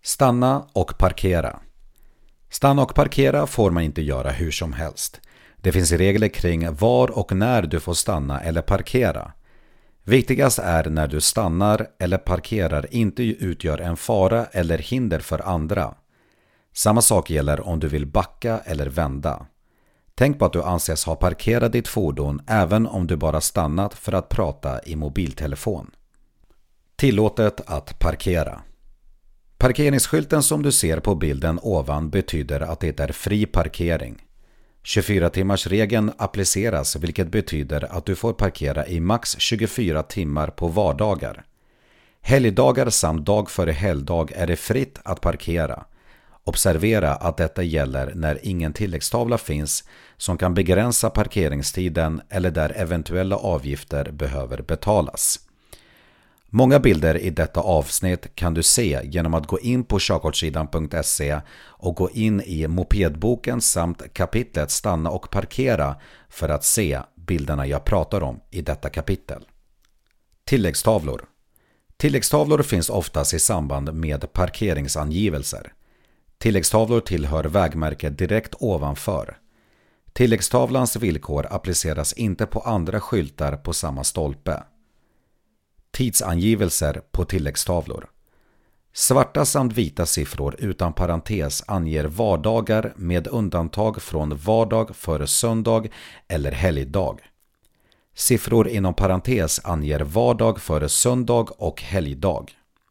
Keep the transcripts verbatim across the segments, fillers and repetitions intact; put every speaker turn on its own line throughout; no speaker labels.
Stanna och parkera. Stanna och parkera får man inte göra hur som helst. Det finns regler kring var och när du får stanna eller parkera. Viktigast är när du stannar eller parkerar inte utgör en fara eller hinder för andra. Samma sak gäller om du vill backa eller vända. Tänk på att du anses ha parkerat ditt fordon även om du bara stannat för att prata i mobiltelefon. Tillåtet att parkera. Parkeringsskylten som du ser på bilden ovan betyder att det är fri parkering. tjugofyra timmars regeln appliceras, vilket betyder att du får parkera i max tjugofyra timmar på vardagar. Helgdagar samt dag före helgdag är det fritt att parkera. Observera att detta gäller när ingen tilläggstavla finns som kan begränsa parkeringstiden eller där eventuella avgifter behöver betalas. Många bilder i detta avsnitt kan du se genom att gå in på körkortssidan punkt se och gå in i mopedboken samt kapitlet Stanna och parkera för att se bilderna jag pratar om i detta kapitel. Tilläggstavlor. Tilläggstavlor finns oftast i samband med parkeringsangivelser. Tilläggstavlor tillhör vägmärket direkt ovanför. Tilläggstavlans villkor appliceras inte på andra skyltar på samma stolpe. Tidsangivelser på tilläggstavlor. Svarta samt vita siffror utan parentes anger vardagar med undantag från vardag före söndag eller helgdag. Siffror inom parentes anger vardag före söndag och helgdag.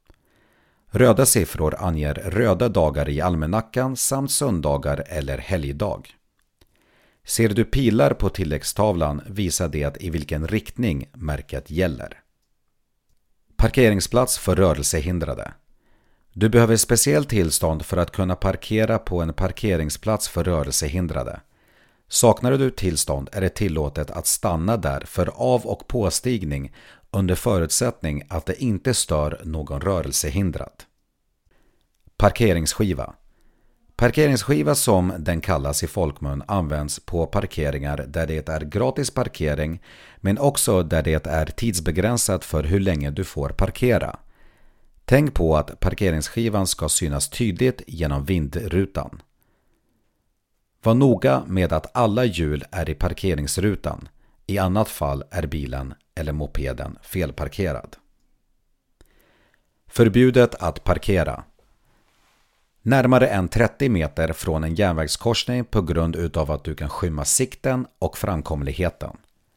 Röda siffror anger röda dagar i almanackan samt söndagar eller helgdag. Ser du pilar på tilläggstavlan visar det i vilken riktning märket gäller. Parkeringsplats för rörelsehindrade. Du behöver speciellt tillstånd för att kunna parkera på en parkeringsplats för rörelsehindrade. Saknar du tillstånd är det tillåtet att stanna där för av- och påstigning under förutsättning att det inte stör någon rörelsehindrad. Parkeringsskiva. Parkeringsskiva som den kallas i folkmun används på parkeringar där det är gratis parkering men också där det är tidsbegränsat för hur länge du får parkera. Tänk på att parkeringsskivan ska synas tydligt genom vindrutan. Var noga med att alla hjul är i parkeringsrutan, i annat fall är bilen eller mopeden felparkerad. Förbjudet att parkera. Närmare än trettio meter från en järnvägskorsning på grund utav att du kan skymma sikten och framkomligheten.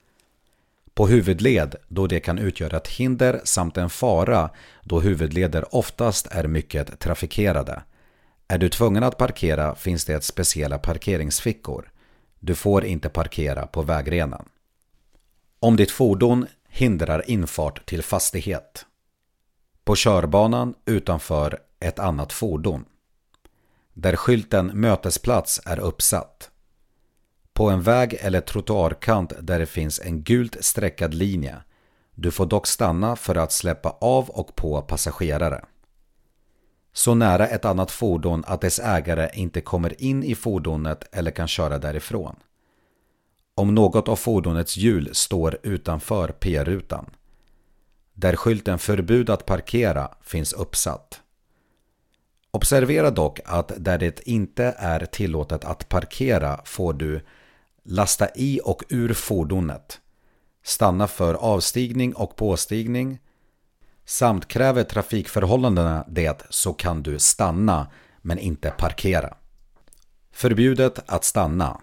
På huvudled då det kan utgöra ett hinder samt en fara då huvudleder oftast är mycket trafikerade. Är du tvungen att parkera finns det speciella parkeringsfickor. Du får inte parkera på vägrenen. Om ditt fordon hindrar infart till fastighet. På körbanan utanför ett annat fordon. Där skylten mötesplats är uppsatt. På en väg eller trottoarkant där det finns en gult streckad linje. Du får dock stanna för att släppa av och på passagerare. Så nära ett annat fordon att dess ägare inte kommer in i fordonet eller kan köra därifrån. Om något av fordonets hjul står utanför P-rutan. Där skylten förbud att parkera finns uppsatt. Observera dock att där det inte är tillåtet att parkera får du lasta i och ur fordonet, stanna för avstigning och påstigning, samt kräver trafikförhållandena det så kan du stanna men inte parkera. Förbjudet att stanna.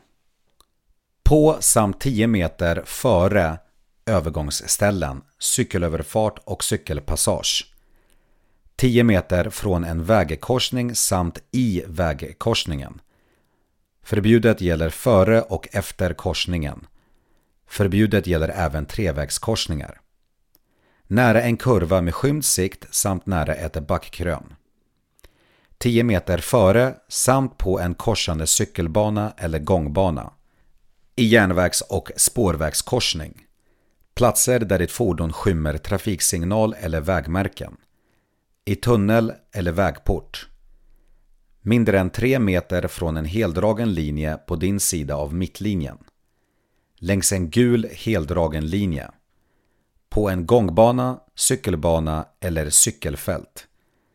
På samt tio meter före övergångsställen, cykelöverfart och cykelpassage. tio meter från en vägkorsning samt i vägkorsningen. Förbjudet gäller före och efter korsningen. Förbjudet gäller även trevägskorsningar. Nära en kurva med skymd sikt samt nära ett backkrön. tio meter före samt på en korsande cykelbana eller gångbana. I järnvägs- och spårvägskorsning. Platser där ditt fordon skymmer trafiksignal eller vägmärken. I tunnel eller vägport. Mindre än tre meter från en heldragen linje på din sida av mittlinjen. Längs en gul heldragen linje. På en gångbana, cykelbana eller cykelfält.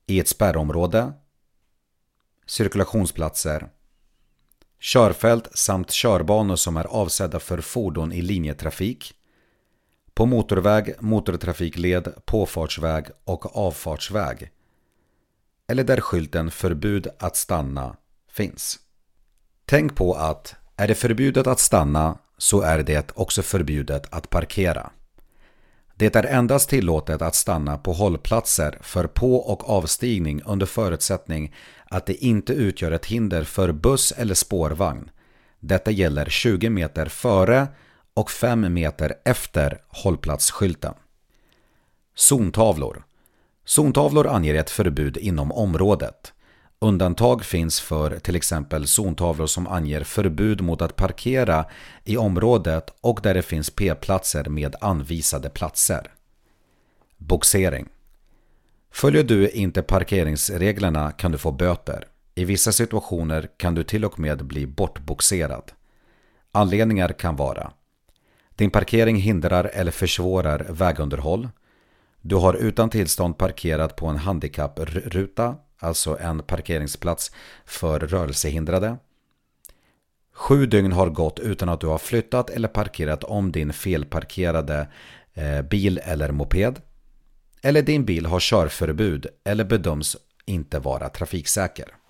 i ett spärrområde, cirkulationsplatser, körfält samt körbanor som är avsedda för fordon i linjetrafik, på motorväg, motortrafikled, påfartsväg och avfartsväg, eller där skylten förbud att stanna finns. Tänk på att är det förbjudet att stanna så är det också förbjudet att parkera. Det är endast tillåtet att stanna på hållplatser för på- och avstigning under förutsättning att det inte utgör ett hinder för buss eller spårvagn. Detta gäller tjugo meter före och fem meter efter hållplatsskylten. Zontavlor. Zontavlor anger ett förbud inom området. Undantag finns för till exempel zontavlor som anger förbud mot att parkera i området och där det finns p-platser med anvisade platser. Boxering. Följer du inte parkeringsreglerna kan du få böter. I vissa situationer kan du till och med bli bortboxerad. Anledningar kan vara: din parkering hindrar eller försvårar vägunderhåll. Du har utan tillstånd parkerat på en handikappruta, alltså en parkeringsplats för rörelsehindrade. Sju dygn har gått utan att du har flyttat eller parkerat om din felparkerade eh, bil eller moped. Eller din bil har körförbud eller bedöms inte vara trafiksäker.